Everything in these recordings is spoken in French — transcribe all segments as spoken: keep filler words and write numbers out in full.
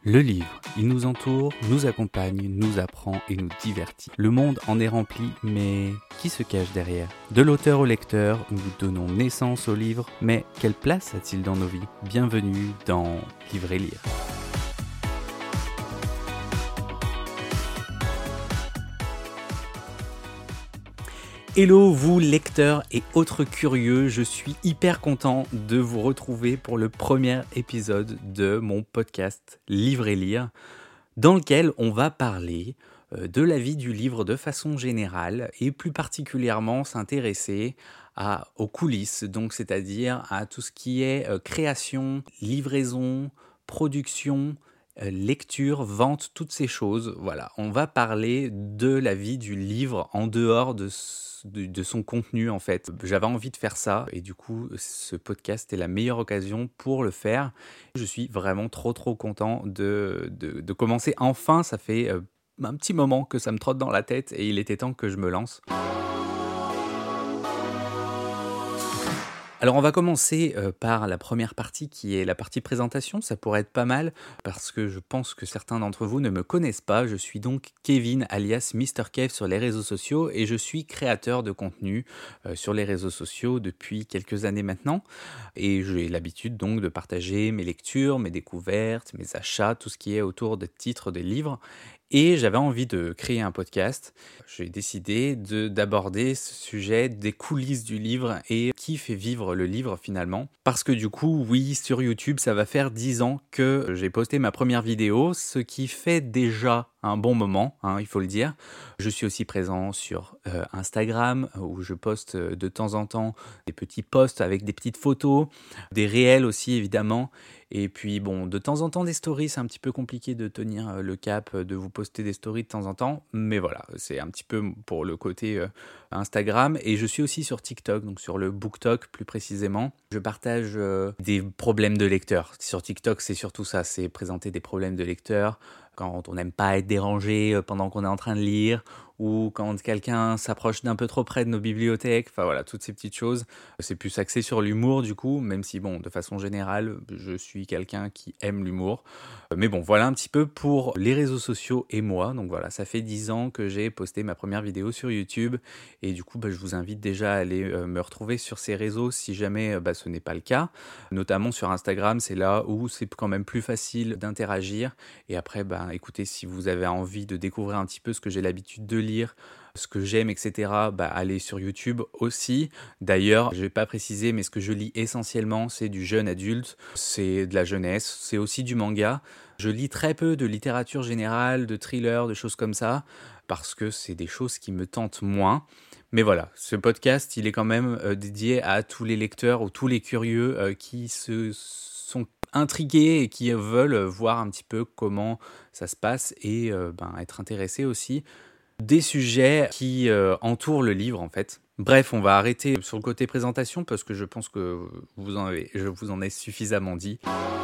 Le livre, il nous entoure, nous accompagne, nous apprend et nous divertit. Le monde en est rempli, mais qui se cache derrière ? De l'auteur au lecteur, nous donnons naissance au livre, mais quelle place a-t-il dans nos vies ? Bienvenue dans Livre et Lire. Hello vous lecteurs et autres curieux, je suis hyper content de vous retrouver pour le premier épisode de mon podcast Livre et Lire, dans lequel on va parler de la vie du livre de façon générale et plus particulièrement s'intéresser à, aux coulisses, donc c'est-à-dire à tout ce qui est euh, création, livraison, production, euh, lecture, vente, toutes ces choses. Voilà, on va parler de la vie du livre en dehors de De, de son contenu en fait. J'avais envie de faire ça et du coup ce podcast est la meilleure occasion pour le faire. Je suis vraiment trop trop content de, de, de commencer enfin, ça fait euh, un petit moment que ça me trotte dans la tête et il était temps que je me lance. Alors on va commencer euh, par la première partie qui est la partie présentation, ça pourrait être pas mal parce que je pense que certains d'entre vous ne me connaissent pas. Je suis donc Kevin alias Mister Kev sur les réseaux sociaux et je suis créateur de contenu euh, sur les réseaux sociaux depuis quelques années maintenant et j'ai l'habitude donc de partager mes lectures, mes découvertes, mes achats, tout ce qui est autour des titres des livres. Et j'avais envie de créer un podcast. J'ai décidé de, d'aborder ce sujet des coulisses du livre et qui fait vivre le livre finalement. Parce que du coup, oui, sur YouTube, ça va faire dix ans que j'ai posté ma première vidéo, ce qui fait déjà un bon moment, hein, il faut le dire. Je suis aussi présent sur euh, Instagram où je poste euh, de temps en temps des petits posts avec des petites photos, des réels aussi évidemment. Et puis bon, de temps en temps des stories, c'est un petit peu compliqué de tenir le cap, de vous poster des stories de temps en temps. Mais voilà, c'est un petit peu pour le côté euh, Instagram. Et je suis aussi sur TikTok, donc sur le BookTok plus précisément. Je partage euh, des problèmes de lecteurs. Sur TikTok, c'est surtout ça, c'est présenter des problèmes de lecteurs. Quand on n'aime pas être dérangé pendant qu'on est en train de lire, ou quand quelqu'un s'approche d'un peu trop près de nos bibliothèques, enfin voilà, toutes ces petites choses. C'est plus axé sur l'humour du coup, même si bon, de façon générale, je suis quelqu'un qui aime l'humour. Mais bon, voilà un petit peu pour les réseaux sociaux et moi. Donc voilà, ça fait dix ans que j'ai posté ma première vidéo sur YouTube, et du coup, bah, je vous invite déjà à aller euh, me retrouver sur ces réseaux si jamais bah, ce n'est pas le cas. Notamment sur Instagram, c'est là où c'est quand même plus facile d'interagir. Et après, bah, écoutez, si vous avez envie de découvrir un petit peu ce que j'ai l'habitude de lire, ce que j'aime, et cetera, bah, allez sur YouTube aussi. D'ailleurs, je ne vais pas préciser, mais ce que je lis essentiellement, c'est du jeune adulte, c'est de la jeunesse, c'est aussi du manga. Je lis très peu de littérature générale, de thrillers, de choses comme ça, parce que c'est des choses qui me tentent moins. Mais voilà, ce podcast, il est quand même euh, dédié à tous les lecteurs ou tous les curieux euh, qui se sont intrigués et qui veulent voir un petit peu comment ça se passe et euh, ben, être intéressés aussi des sujets qui euh, entourent le livre en fait. Bref, on va arrêter sur le côté présentation parce que je pense que vous en avez, je vous en ai suffisamment dit.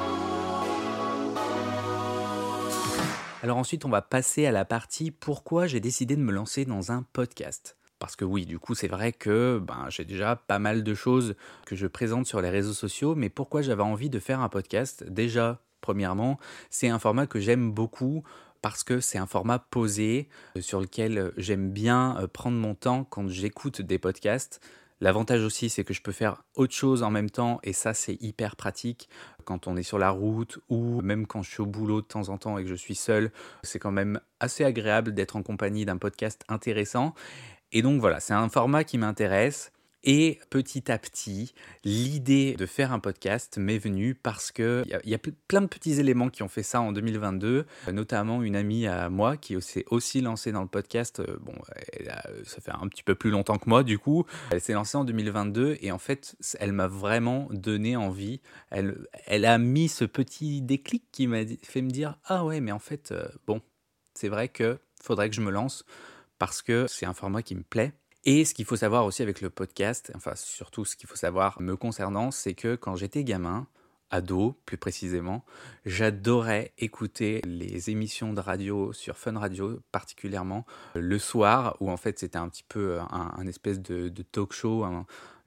Alors ensuite, on va passer à la partie pourquoi j'ai décidé de me lancer dans un podcast. Parce que oui, du coup, c'est vrai que ben, j'ai déjà pas mal de choses que je présente sur les réseaux sociaux, mais pourquoi j'avais envie de faire un podcast ? Déjà, premièrement, c'est un format que j'aime beaucoup parce que c'est un format posé euh, sur lequel euh, j'aime bien euh, prendre mon temps quand j'écoute des podcasts. L'avantage aussi, c'est que je peux faire autre chose en même temps et ça, c'est hyper pratique quand on est sur la route ou même quand je suis au boulot de temps en temps et que je suis seul. C'est quand même assez agréable d'être en compagnie d'un podcast intéressant. Et donc voilà, c'est un format qui m'intéresse. Et petit à petit, l'idée de faire un podcast m'est venue parce qu'il y a, y a plein de petits éléments qui ont fait ça en deux mille vingt-deux, notamment une amie à moi qui s'est aussi lancée dans le podcast. Bon, elle a, ça fait un petit peu plus longtemps que moi du coup. Elle s'est lancée en deux mille vingt-deux et en fait, elle m'a vraiment donné envie. Elle, elle a mis ce petit déclic qui m'a fait me dire « Ah ouais, mais en fait, euh, bon, c'est vrai qu'il faudrait que je me lance ». Parce que c'est un format qui me plaît. Et ce qu'il faut savoir aussi avec le podcast, enfin surtout ce qu'il faut savoir me concernant, c'est que quand j'étais gamin, ado plus précisément, j'adorais écouter les émissions de radio sur Fun Radio, particulièrement le soir, où en fait c'était un petit peu un, un espèce de, de talk show, un,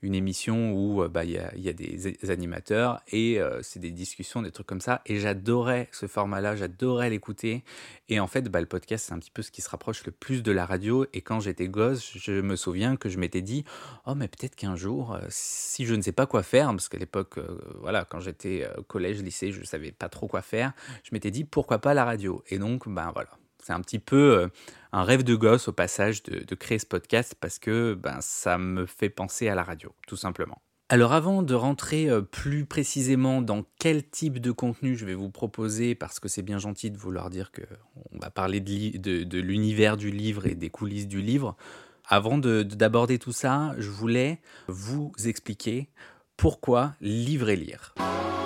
une émission où, heu, bah, il y a il y a des é animateurs et heu, c'est des discussions, des trucs comme ça et j'adorais ce format-là, j'adorais l'écouter et en fait, bah, le podcast, c'est un petit peu ce qui se rapproche le plus de la radio et quand j'étais gosse, je me souviens que je m'étais dit: «Oh mais peut-être qu'un jour, heu, si je ne sais pas quoi faire», parce qu'à l'époque, heu, voilà, quand j'étais, heu, collège, lycée, je savais pas trop quoi faire. Je m'étais dit: «Pourquoi pas la radio?» et donc ben, voilà, c'est un petit peu, heu, un rêve de gosse au passage de de créer ce podcast parce que, ben, ça me fait penser à la radio, tout simplement. Alors avant de rentrer, heu, plus précisément dans quel type de contenu je vais vous proposer, parce que c'est bien gentil de vouloir dire qu'on va parler de li de de l'univers du livre et des coulisses du livre. Avant de de d'aborder tout ça, je voulais vous expliquer pourquoi livre et lire.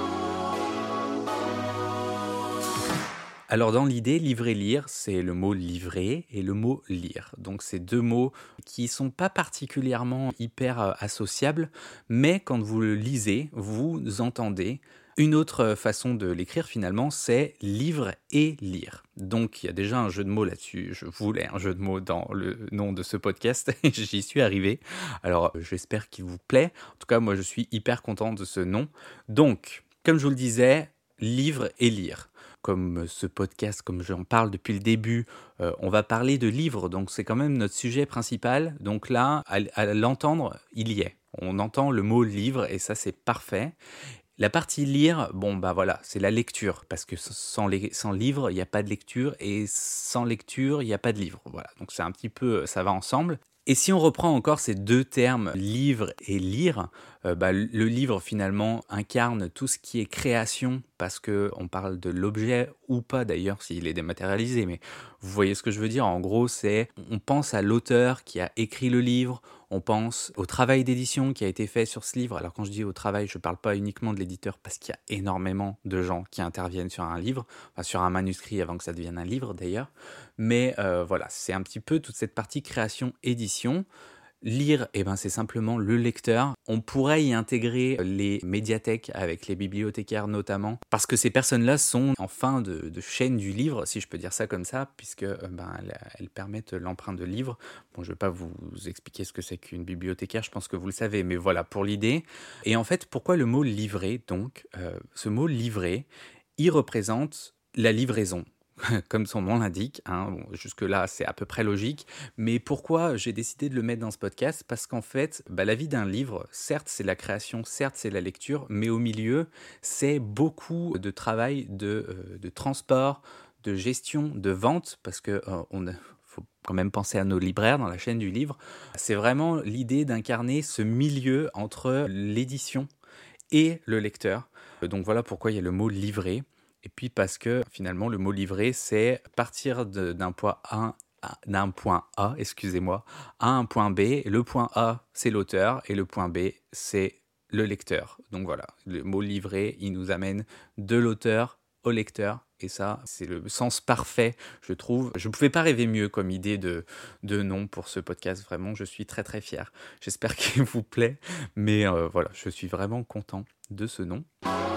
Alors dans l'idée, livrer, lire, c'est le mot livrer et le mot lire. Donc c'est deux mots qui sont pas particulièrement hyper euh, associables, mais quand vous le lisez, vous entendez une autre euh, façon de l'écrire finalement, c'est livre et lire. Donc il y a déjà un jeu de mots là-dessus. Je voulais un jeu de mots dans le nom de ce podcast et j'y suis arrivé. Alors euh, j'espère qu'il vous plaît. En tout cas, moi je suis hyper content de ce nom. Donc, comme je vous le disais, livre et lire. Comme ce podcast, comme j'en parle depuis le début, heu, on va parler de livres, donc c'est quand même notre sujet principal. Donc là, à l à l'entendre, il y est. On entend le mot livre et ça, c'est parfait. La partie lire, bon, bah, voilà, c'est la lecture parce que s sans les sans livre, il y a pas de lecture et sans lecture, il y a pas de livre. Voilà, donc c'est un petit peu ça va ensemble et si on reprend encore ces deux termes, livre et lire, heu, bah, le livre finalement incarne tout ce qui est création parce qu'on parle de l'objet ou pas d'ailleurs s'il est dématérialisé, mais vous voyez ce que je veux dire? En gros, c'est on pense à l'auteur qui a écrit le livre, on pense au travail d'édition qui a été fait sur ce livre. Alors quand je dis au travail, je ne parle pas uniquement de l'éditeur parce qu'il y a énormément de gens qui interviennent sur un livre, enfin sur un manuscrit avant que ça devienne un livre d'ailleurs. Mais euh, voilà, c'est un petit peu toute cette partie création-édition. Lire, eh ben, c'est simplement le lecteur. On pourrait y intégrer les médiathèques avec les bibliothécaires notamment, parce que ces personnes-là sont en fin de, de chaîne du livre, si je peux dire ça comme ça, puisque euh, ben, elles, elles permettent l'emprunt de livres. Bon, je ne vais pas vous expliquer ce que c'est qu'une bibliothécaire, je pense que vous le savez, mais voilà pour l'idée. Et en fait, pourquoi le mot livrer donc euh, Ce mot livrer, il représente la livraison. Comme son nom l'indique, hein, bon, jusque-là c'est à peu près logique, mais pourquoi j'ai décidé de le mettre dans ce podcast? Parce qu'en fait, bah, la vie d'un livre, certes c'est la création, certes c'est la lecture, mais au milieu c'est beaucoup de travail de, euh, de transport, de gestion, de vente, parce que euh, on a- faut quand même penser à nos libraires dans la chaîne du livre. C'est vraiment l'idée d'incarner ce milieu entre l'édition et le lecteur. Euh, Donc voilà pourquoi il y a le mot livrer. Et puis parce que finalement le mot livrer, c'est partir de- d'un point A, à- d'un point A, excusez-moi, à un point B. Le point A, c'est l'auteur et le point B, c'est le lecteur. Donc voilà, le mot livrer, il nous amène de l'auteur au lecteur. Et ça, c'est le sens parfait, je trouve. Je ne pouvais pas rêver mieux comme idée de, de nom pour ce podcast. Vraiment, je suis très très fier. J'espère qu'il vous plaît. Mais euh, voilà, je suis vraiment content de ce nom.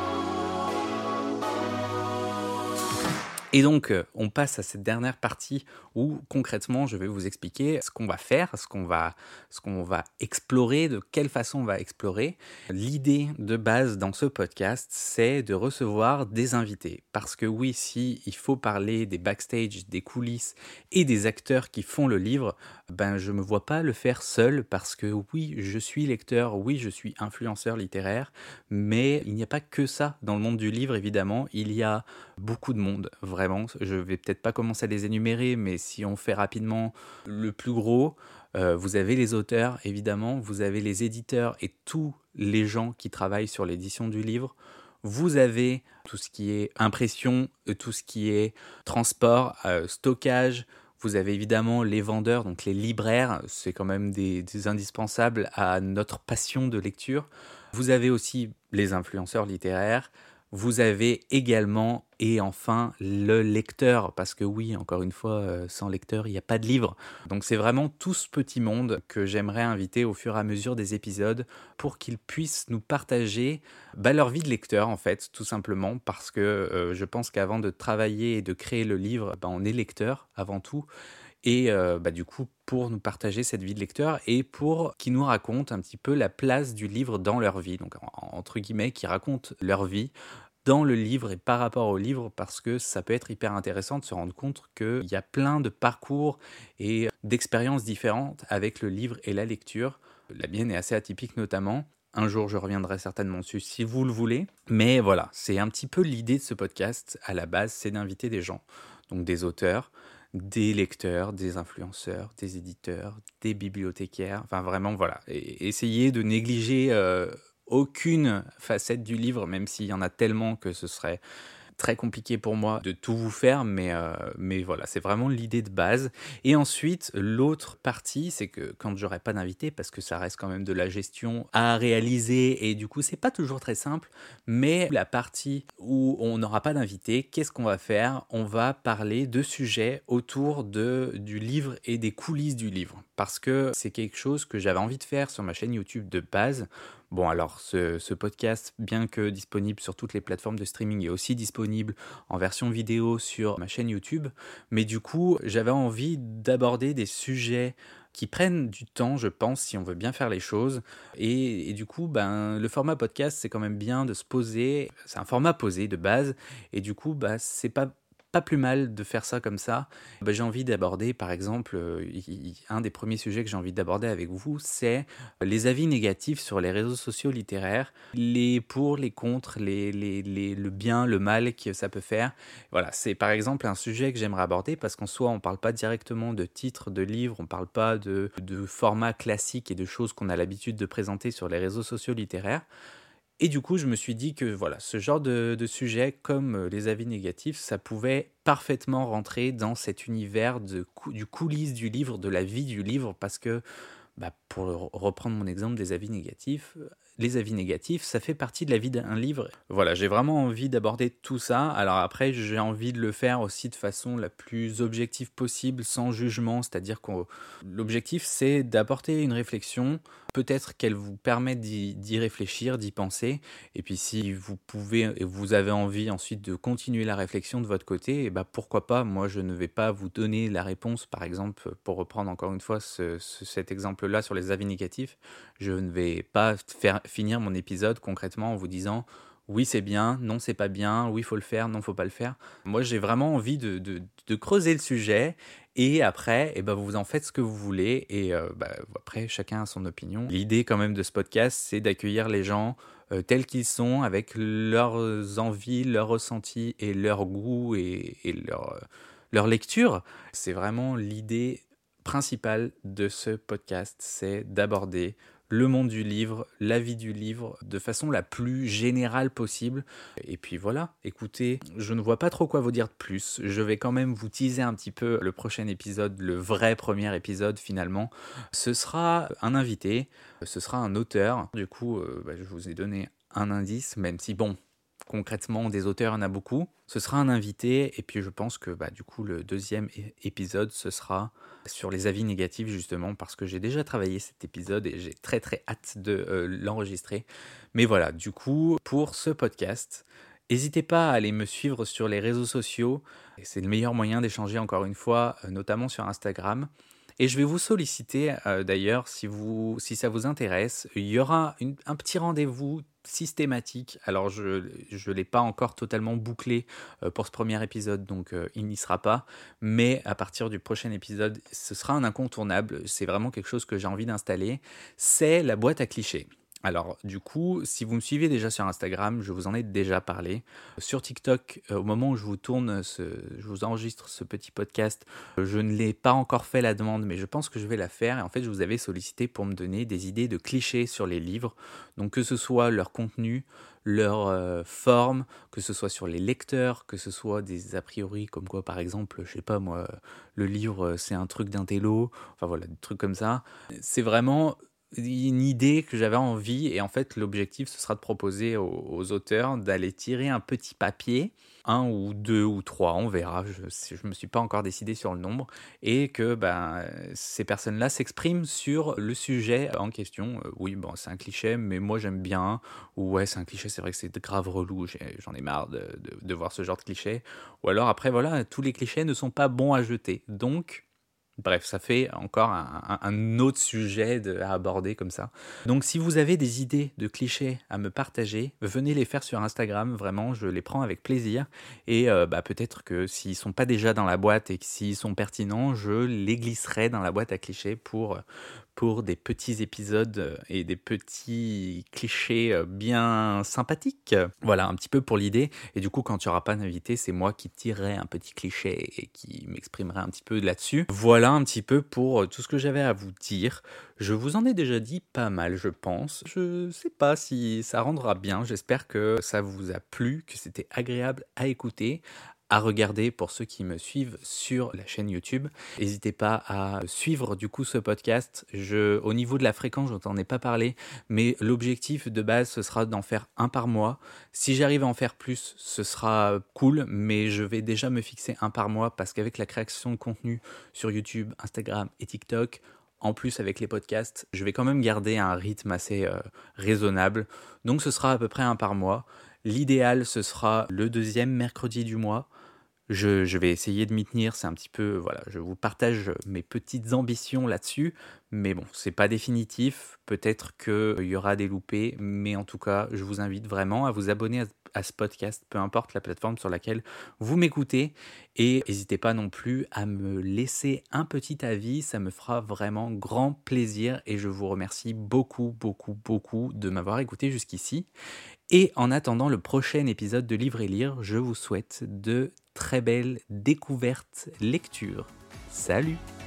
Et donc, euh, on passe à cette dernière partie où concrètement, je vais vous expliquer ce qu'on va faire, ce qu'on va, ce qu'on va explorer, de quelle façon on va explorer. L'idée de base dans ce podcast, c'est de recevoir des invités. Parce que oui, si il faut parler des backstage, des coulisses et des acteurs qui font le livre, ben je me vois pas le faire seul parce que oui, je suis lecteur, oui, je suis influenceur littéraire, mais il n'y a pas que ça dans le monde du livre, évidemment. Il y a beaucoup de monde, vraiment. Je vais peut-être pas commencer à les énumérer, mais si on fait rapidement le plus gros, euh, vous avez les auteurs, évidemment, vous avez les éditeurs et tous les gens qui travaillent sur l'édition du livre. Vous avez tout ce qui est impression, euh, tout ce qui est transport, euh, stockage. Vous avez évidemment les vendeurs, donc les libraires, c'est quand même des, des indispensables à notre passion de lecture. Vous avez aussi les influenceurs littéraires. Vous avez également, et enfin, le lecteur, parce que oui, encore une fois, euh, sans lecteur, il n'y a pas de livre. Donc c'est vraiment tout ce petit monde que j'aimerais inviter au fur et à mesure des épisodes pour qu'ils puissent nous partager bah, leur vie de lecteur, en fait, tout simplement, parce que euh, je pense qu'avant de travailler et de créer le livre, bah, on est lecteur avant tout. et euh, bah, du coup pour nous partager cette vie de lecteur et pour qu'ils nous racontent un petit peu la place du livre dans leur vie, donc en- entre guillemets, qui racontent leur vie dans le livre et par rapport au livre, parce que ça peut être hyper intéressant de se rendre compte qu'il y a plein de parcours et d'expériences différentes avec le livre et la lecture. La mienne est assez atypique notamment. Un jour, je reviendrai certainement dessus si vous le voulez. Mais voilà, c'est un petit peu l'idée de ce podcast à la base, c'est d'inviter des gens, donc des auteurs, des lecteurs, des influenceurs, des éditeurs, des bibliothécaires, enfin vraiment voilà, et essayer de négliger euh, aucune facette du livre, même s'il y en a tellement que ce serait très compliqué pour moi de tout vous faire, mais, euh, mais voilà, c'est vraiment l'idée de base. Et ensuite, l'autre partie, c'est que quand j'aurai pas d'invité, parce que ça reste quand même de la gestion à réaliser, et du coup, c'est pas toujours très simple, mais la partie où on n'aura pas d'invité, qu'est-ce qu'on va faire? On va parler de sujets autour de, du livre et des coulisses du livre, parce que c'est quelque chose que j'avais envie de faire sur ma chaîne YouTube de base. Bon, alors ce, ce podcast, bien que disponible sur toutes les plateformes de streaming, est aussi disponible en version vidéo sur ma chaîne YouTube. Mais du coup, j'avais envie d'aborder des sujets qui prennent du temps, je pense, si on veut bien faire les choses. Et, et du coup, ben, le format podcast, c'est quand même bien de se poser. C'est un format posé de base. Et du coup, bah, c'est pas pas plus mal de faire ça comme ça. Ben, j'ai envie d'aborder, par exemple, euh, y- y- un des premiers sujets que j'ai envie d'aborder avec vous, c'est les avis négatifs sur les réseaux sociaux littéraires, les pour, les contre, les, les, les- le bien, le mal que ça peut faire. Voilà, c'est par exemple un sujet que j'aimerais aborder parce qu'en soi, on ne parle pas directement de titres de livres, on ne parle pas de, de formats classiques et de choses qu'on a l'habitude de présenter sur les réseaux sociaux littéraires. Et du coup, je me suis dit que voilà, ce genre de, de sujet, comme euh, les avis négatifs, ça pouvait parfaitement rentrer dans cet univers de, cou- du coulisses du livre, de la vie du livre, parce que bah, pour reprendre mon exemple des avis négatifs, euh, les avis négatifs, ça fait partie de la vie d'un livre. Voilà, j'ai vraiment envie d'aborder tout ça. Alors après, j'ai envie de le faire aussi de façon la plus objective possible, sans jugement. C'est-à-dire que l'objectif, c'est d'apporter une réflexion, peut-être qu'elle vous permet d'y, d'y réfléchir, d'y penser. Et puis si vous pouvez et vous avez envie ensuite de continuer la réflexion de votre côté, et bah pourquoi pas. Moi, je ne vais pas vous donner la réponse, par exemple, pour reprendre encore une fois ce, ce- cet exemple-là sur les avis négatifs. Je ne vais pas faire finir mon épisode concrètement en vous disant oui c'est bien, non c'est pas bien, oui faut le faire, non faut pas le faire. Moi j'ai vraiment envie de, de- de creuser le sujet et après eh ben, vous en faites ce que vous voulez et euh, bah, après chacun a son opinion. L'idée quand même de ce podcast c'est d'accueillir les gens euh, tels qu'ils sont avec leurs envies, leurs ressentis et leurs goûts et, et leur, euh, leur lecture. C'est vraiment l'idée principale de ce podcast, c'est d'aborder le monde du livre, la vie du livre, de façon la plus générale possible. Et puis voilà, écoutez, je ne vois pas trop quoi vous dire de plus. Je vais quand même vous teaser un petit peu le prochain épisode, le vrai premier épisode finalement. Ce sera un invité, ce sera un auteur. Du coup, euh, bah, je vous ai donné un indice, même si bon, concrètement, des auteurs, il y en a beaucoup. Ce sera un invité, et puis je pense que bah, du coup, le deuxième é- épisode, ce sera sur les avis négatifs, justement, parce que j'ai déjà travaillé cet épisode et j'ai très très hâte de euh, l'enregistrer. Mais voilà, du coup, pour ce podcast, n'hésitez pas à aller me suivre sur les réseaux sociaux. Et c'est le meilleur moyen d'échanger, encore une fois, euh, notamment sur Instagram. Et je vais vous solliciter euh, d'ailleurs, si, vous, si ça vous intéresse, il y aura une- un petit rendez-vous systématique. Alors je ne l'ai pas encore totalement bouclé euh, pour ce premier épisode, donc euh, il n'y sera pas. Mais à partir du prochain épisode, ce sera un incontournable. C'est vraiment quelque chose que j'ai envie d'installer. C'est la boîte à clichés. Alors du coup, si vous me suivez déjà sur Instagram, je vous en ai déjà parlé. Sur TikTok, euh, au moment où je vous tourne, ce, je vous enregistre ce petit podcast, euh, je ne l'ai pas encore fait la demande, mais je pense que je vais la faire. Et en fait, je vous avais sollicité pour me donner des idées de clichés sur les livres. Donc que ce soit leur contenu, leur euh, forme, que ce soit sur les lecteurs, que ce soit des a priori comme quoi par exemple, je sais pas moi, le livre euh, c'est un truc d'un télo, enfin voilà, des trucs comme ça. C'est vraiment une idée que j'avais envie et en fait l'objectif ce sera de proposer aux, aux auteurs d'aller tirer un petit papier, un ou deux ou trois, on verra, je ne me suis pas encore décidé sur le nombre, et que ben, ces personnes-là s'expriment sur le sujet en question. Euh, oui, bon, c'est un cliché, mais moi j'aime bien. Ou ouais, c'est un cliché, c'est vrai que c'est grave relou, j'ai- j'en ai marre de, de, de voir ce genre de cliché. Ou alors après, voilà, tous les clichés ne sont pas bons à jeter. Donc, Bref, ça fait encore un, un- un autre sujet de- à aborder comme ça. Donc si vous avez des idées de clichés à me partager, venez les faire sur Instagram, vraiment, je les prends avec plaisir. Et euh, bah, peut-être que s'ils sont pas déjà dans la boîte et que s'ils sont pertinents, je les glisserai dans la boîte à clichés pour, pour des petits épisodes et des petits clichés euh, bien sympathiques. Voilà, un petit peu pour l'idée. Et du coup, quand tu n'auras pas d'invité, c'est moi qui tirerai un petit cliché et qui m'exprimerai un petit peu là-dessus. Voilà un petit peu pour tout ce que j'avais à vous dire. Je vous en ai déjà dit pas mal, je pense. Je sais pas si ça rendra bien. J'espère que ça vous a plu, que c'était agréable à écouter, à regarder pour ceux qui me suivent sur la chaîne YouTube. N'hésitez pas à suivre du coup ce podcast. Je, au niveau de la fréquence, je t'en ai pas parlé, mais l'objectif de base, ce sera d'en faire un par mois. Si j'arrive à en faire plus, ce sera cool, mais je vais déjà me fixer un par mois parce qu'avec la création de contenu sur YouTube, Instagram et TikTok, en plus avec les podcasts, je vais quand même garder un rythme assez euh, raisonnable. Donc ce sera à peu près un par mois. L'idéal, ce sera le deuxième mercredi du mois. Je, je vais essayer de m'y tenir, c'est un petit peu, voilà, je vous partage mes petites ambitions là-dessus, mais bon, c'est pas définitif, peut-être qu'il y aura des loupés, mais en tout cas, je vous invite vraiment à vous abonner à, à ce podcast, peu importe la plateforme sur laquelle vous m'écoutez, et n'hésitez pas non plus à me laisser un petit avis, ça me fera vraiment grand plaisir, et je vous remercie beaucoup, beaucoup, beaucoup de m'avoir écouté jusqu'ici. Et en attendant le prochain épisode de Livre et Lire, je vous souhaite de très belles découvertes lectures. Salut!